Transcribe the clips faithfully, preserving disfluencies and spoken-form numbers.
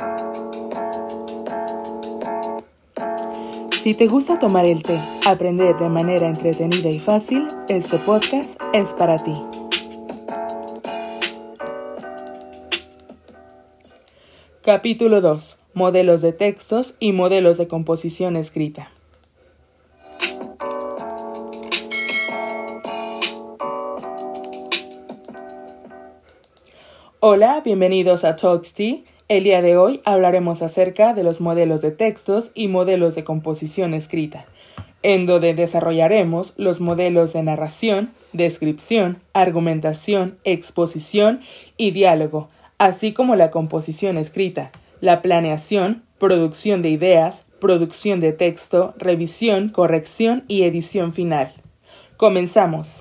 Si te gusta tomar el té, aprender de manera entretenida y fácil, este podcast es para ti. Capítulo dos. Modelos de textos y modelos de composición escrita. Hola, bienvenidos a Talks Tea. El día de hoy hablaremos acerca de los modelos de textos y modelos de composición escrita, en donde desarrollaremos los modelos de narración, descripción, argumentación, exposición y diálogo, así como la composición escrita, la planeación, producción de ideas, producción de texto, revisión, corrección y edición final. Comenzamos.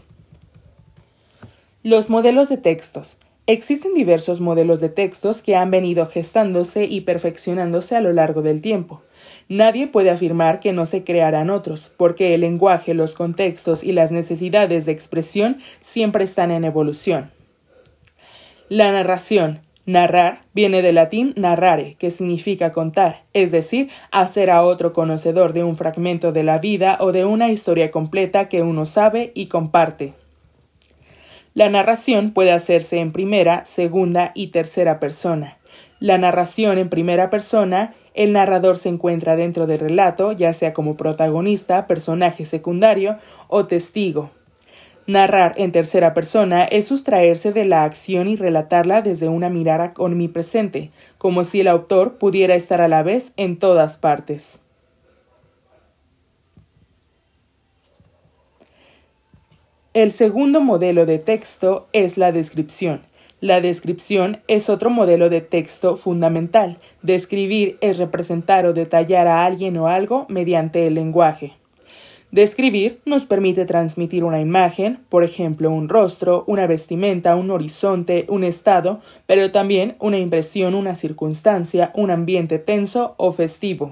Los modelos de textos. Existen diversos modelos de textos que han venido gestándose y perfeccionándose a lo largo del tiempo. Nadie puede afirmar que no se crearán otros, porque el lenguaje, los contextos y las necesidades de expresión siempre están en evolución. La narración. Narrar viene del latín narrare, que significa contar, es decir, hacer a otro conocedor de un fragmento de la vida o de una historia completa que uno sabe y comparte. La narración puede hacerse en primera, segunda y tercera persona. La narración en primera persona, el narrador se encuentra dentro del relato, ya sea como protagonista, personaje secundario o testigo. Narrar en tercera persona es sustraerse de la acción y relatarla desde una mirada omnipresente, como si el autor pudiera estar a la vez en todas partes. El segundo modelo de texto es la descripción. La descripción es otro modelo de texto fundamental. Describir es representar o detallar a alguien o algo mediante el lenguaje. Describir nos permite transmitir una imagen, por ejemplo, un rostro, una vestimenta, un horizonte, un estado, pero también una impresión, una circunstancia, un ambiente tenso o festivo.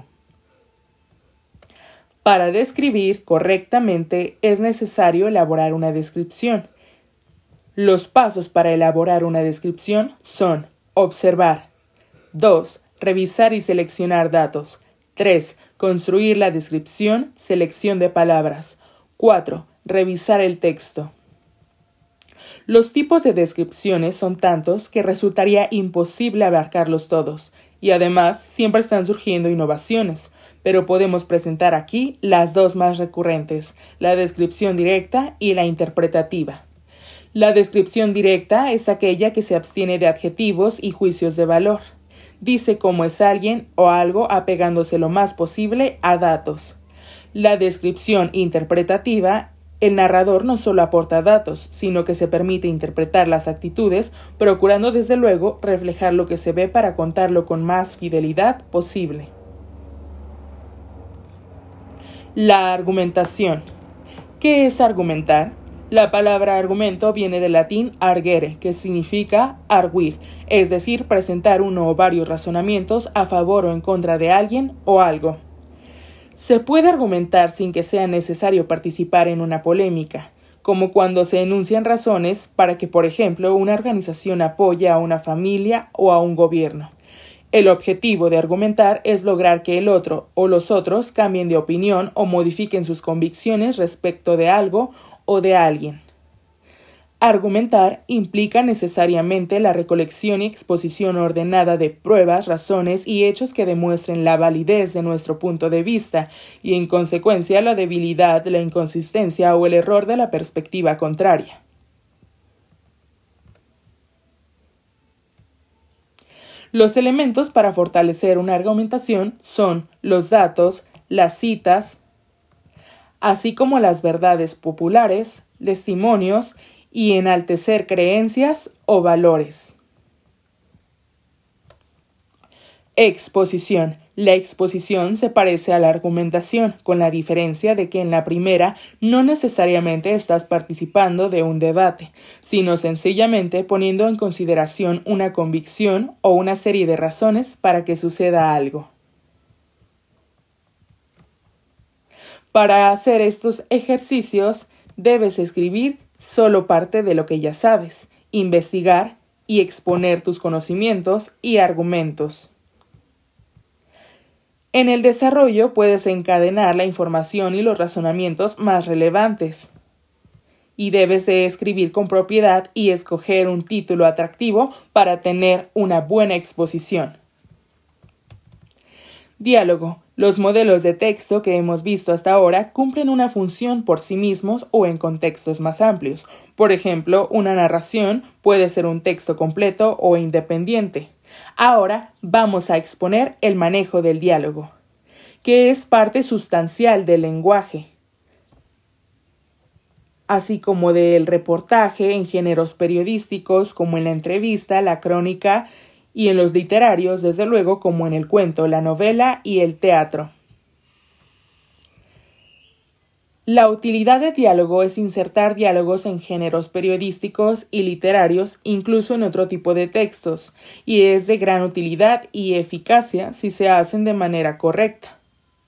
Para describir correctamente es necesario elaborar una descripción. Los pasos para elaborar una descripción son: observar. dos. Revisar y seleccionar datos. tres. Construir la descripción, selección de palabras. cuatro. Revisar el texto. Los tipos de descripciones son tantos que resultaría imposible abarcarlos todos, y además siempre están surgiendo innovaciones. Pero podemos presentar aquí las dos más recurrentes, la descripción directa y la interpretativa. La descripción directa es aquella que se abstiene de adjetivos y juicios de valor. Dice cómo es alguien o algo apegándose lo más posible a datos. La descripción interpretativa, el narrador no solo aporta datos, sino que se permite interpretar las actitudes, procurando desde luego reflejar lo que se ve para contarlo con más fidelidad posible. La argumentación. ¿Qué es argumentar? La palabra argumento viene del latín arguere, que significa arguir, es decir, presentar uno o varios razonamientos a favor o en contra de alguien o algo. Se puede argumentar sin que sea necesario participar en una polémica, como cuando se enuncian razones para que, por ejemplo, una organización apoye a una familia o a un gobierno. El objetivo de argumentar es lograr que el otro o los otros cambien de opinión o modifiquen sus convicciones respecto de algo o de alguien. Argumentar implica necesariamente la recolección y exposición ordenada de pruebas, razones y hechos que demuestren la validez de nuestro punto de vista y, en consecuencia, la debilidad, la inconsistencia o el error de la perspectiva contraria. Los elementos para fortalecer una argumentación son los datos, las citas, así como las verdades populares, testimonios y enaltecer creencias o valores. Exposición. La exposición se parece a la argumentación, con la diferencia de que en la primera no necesariamente estás participando de un debate, sino sencillamente poniendo en consideración una convicción o una serie de razones para que suceda algo. Para hacer estos ejercicios, debes escribir solo parte de lo que ya sabes, investigar y exponer tus conocimientos y argumentos. En el desarrollo puedes encadenar la información y los razonamientos más relevantes. Y debes de escribir con propiedad y escoger un título atractivo para tener una buena exposición. Diálogo. Los modelos de texto que hemos visto hasta ahora cumplen una función por sí mismos o en contextos más amplios. Por ejemplo, una narración puede ser un texto completo o independiente. Ahora vamos a exponer el manejo del diálogo, que es parte sustancial del lenguaje, así como del reportaje en géneros periodísticos como en la entrevista, la crónica, y en los literarios, desde luego, como en el cuento, la novela y el teatro. La utilidad de diálogo es insertar diálogos en géneros periodísticos y literarios, incluso en otro tipo de textos, y es de gran utilidad y eficacia si se hacen de manera correcta.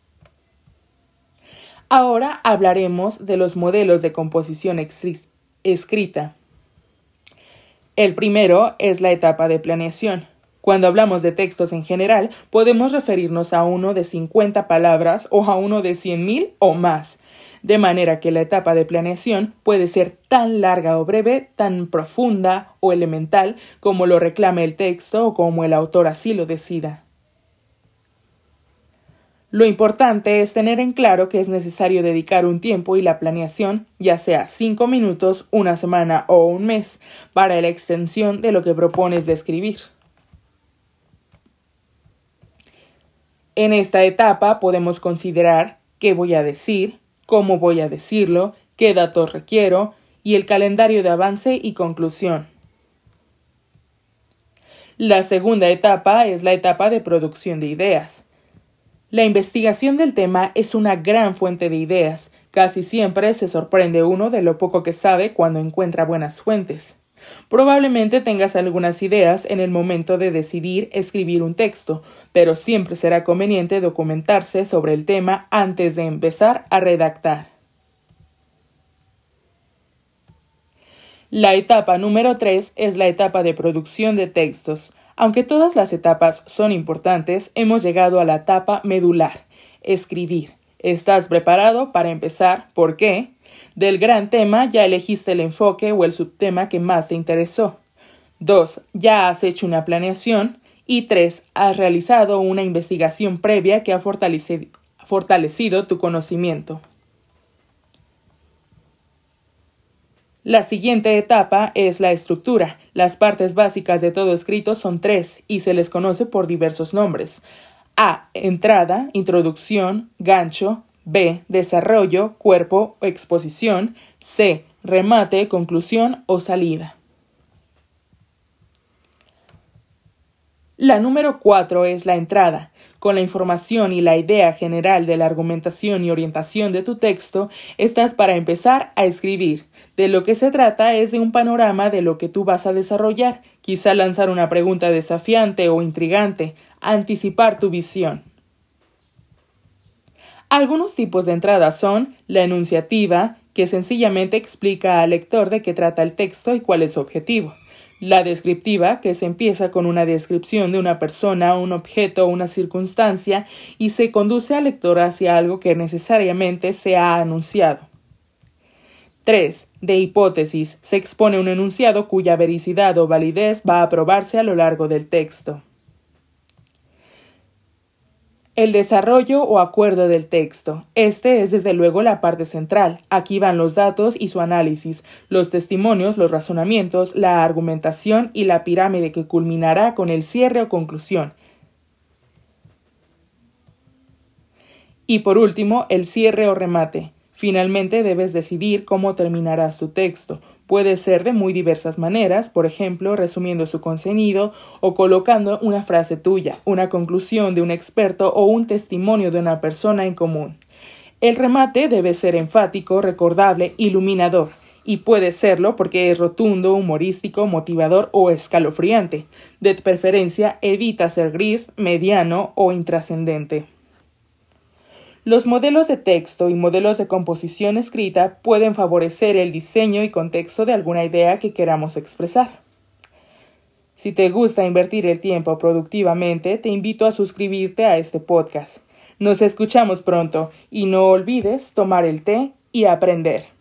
Ahora hablaremos de los modelos de composición escrita. El primero es la etapa de planeación. Cuando hablamos de textos en general, podemos referirnos a uno de cincuenta palabras o a uno de cien mil o más, de manera que la etapa de planeación puede ser tan larga o breve, tan profunda o elemental como lo reclame el texto o como el autor así lo decida. Lo importante es tener en claro que es necesario dedicar un tiempo y la planeación, ya sea cinco minutos, una semana o un mes, para la extensión de lo que propones de escribir. En esta etapa podemos considerar qué voy a decir, cómo voy a decirlo, qué datos requiero y el calendario de avance y conclusión. La segunda etapa es la etapa de producción de ideas. La investigación del tema es una gran fuente de ideas. Casi siempre se sorprende uno de lo poco que sabe cuando encuentra buenas fuentes. Probablemente tengas algunas ideas en el momento de decidir escribir un texto, pero siempre será conveniente documentarse sobre el tema antes de empezar a redactar. La etapa número tres es la etapa de producción de textos. Aunque todas las etapas son importantes, hemos llegado a la etapa medular, escribir. ¿Estás preparado para empezar? ¿Por qué? Del gran tema ya elegiste el enfoque o el subtema que más te interesó. dos. Ya has hecho una planeación. Y tres. Has realizado una investigación previa que ha fortalecido, fortalecido tu conocimiento. La siguiente etapa es la estructura. Las partes básicas de todo escrito son tres y se les conoce por diversos nombres. A. Entrada, introducción, gancho. B. Desarrollo, cuerpo o exposición. C. Remate, conclusión o salida. La número cuatro es la entrada. Con la información y la idea general de la argumentación y orientación de tu texto, estás para empezar a escribir. De lo que se trata es de un panorama de lo que tú vas a desarrollar, quizá lanzar una pregunta desafiante o intrigante, anticipar tu visión. Algunos tipos de entrada son la enunciativa, que sencillamente explica al lector de qué trata el texto y cuál es su objetivo. La descriptiva, que se empieza con una descripción de una persona, un objeto o una circunstancia y se conduce al lector hacia algo que necesariamente se ha anunciado. tres. De hipótesis, se expone un enunciado cuya vericidad o validez va a probarse a lo largo del texto. El desarrollo o acuerdo del texto. Este es desde luego la parte central. Aquí van los datos y su análisis, los testimonios, los razonamientos, la argumentación y la pirámide que culminará con el cierre o conclusión. Y por último, el cierre o remate. Finalmente debes decidir cómo terminarás tu texto. Puede ser de muy diversas maneras, por ejemplo, resumiendo su contenido o colocando una frase tuya, una conclusión de un experto o un testimonio de una persona en común. El remate debe ser enfático, recordable, iluminador, y puede serlo porque es rotundo, humorístico, motivador o escalofriante. De preferencia, evita ser gris, mediano o intrascendente. Los modelos de texto y modelos de composición escrita pueden favorecer el diseño y contexto de alguna idea que queramos expresar. Si te gusta invertir el tiempo productivamente, te invito a suscribirte a este podcast. Nos escuchamos pronto y no olvides tomar el té y aprender.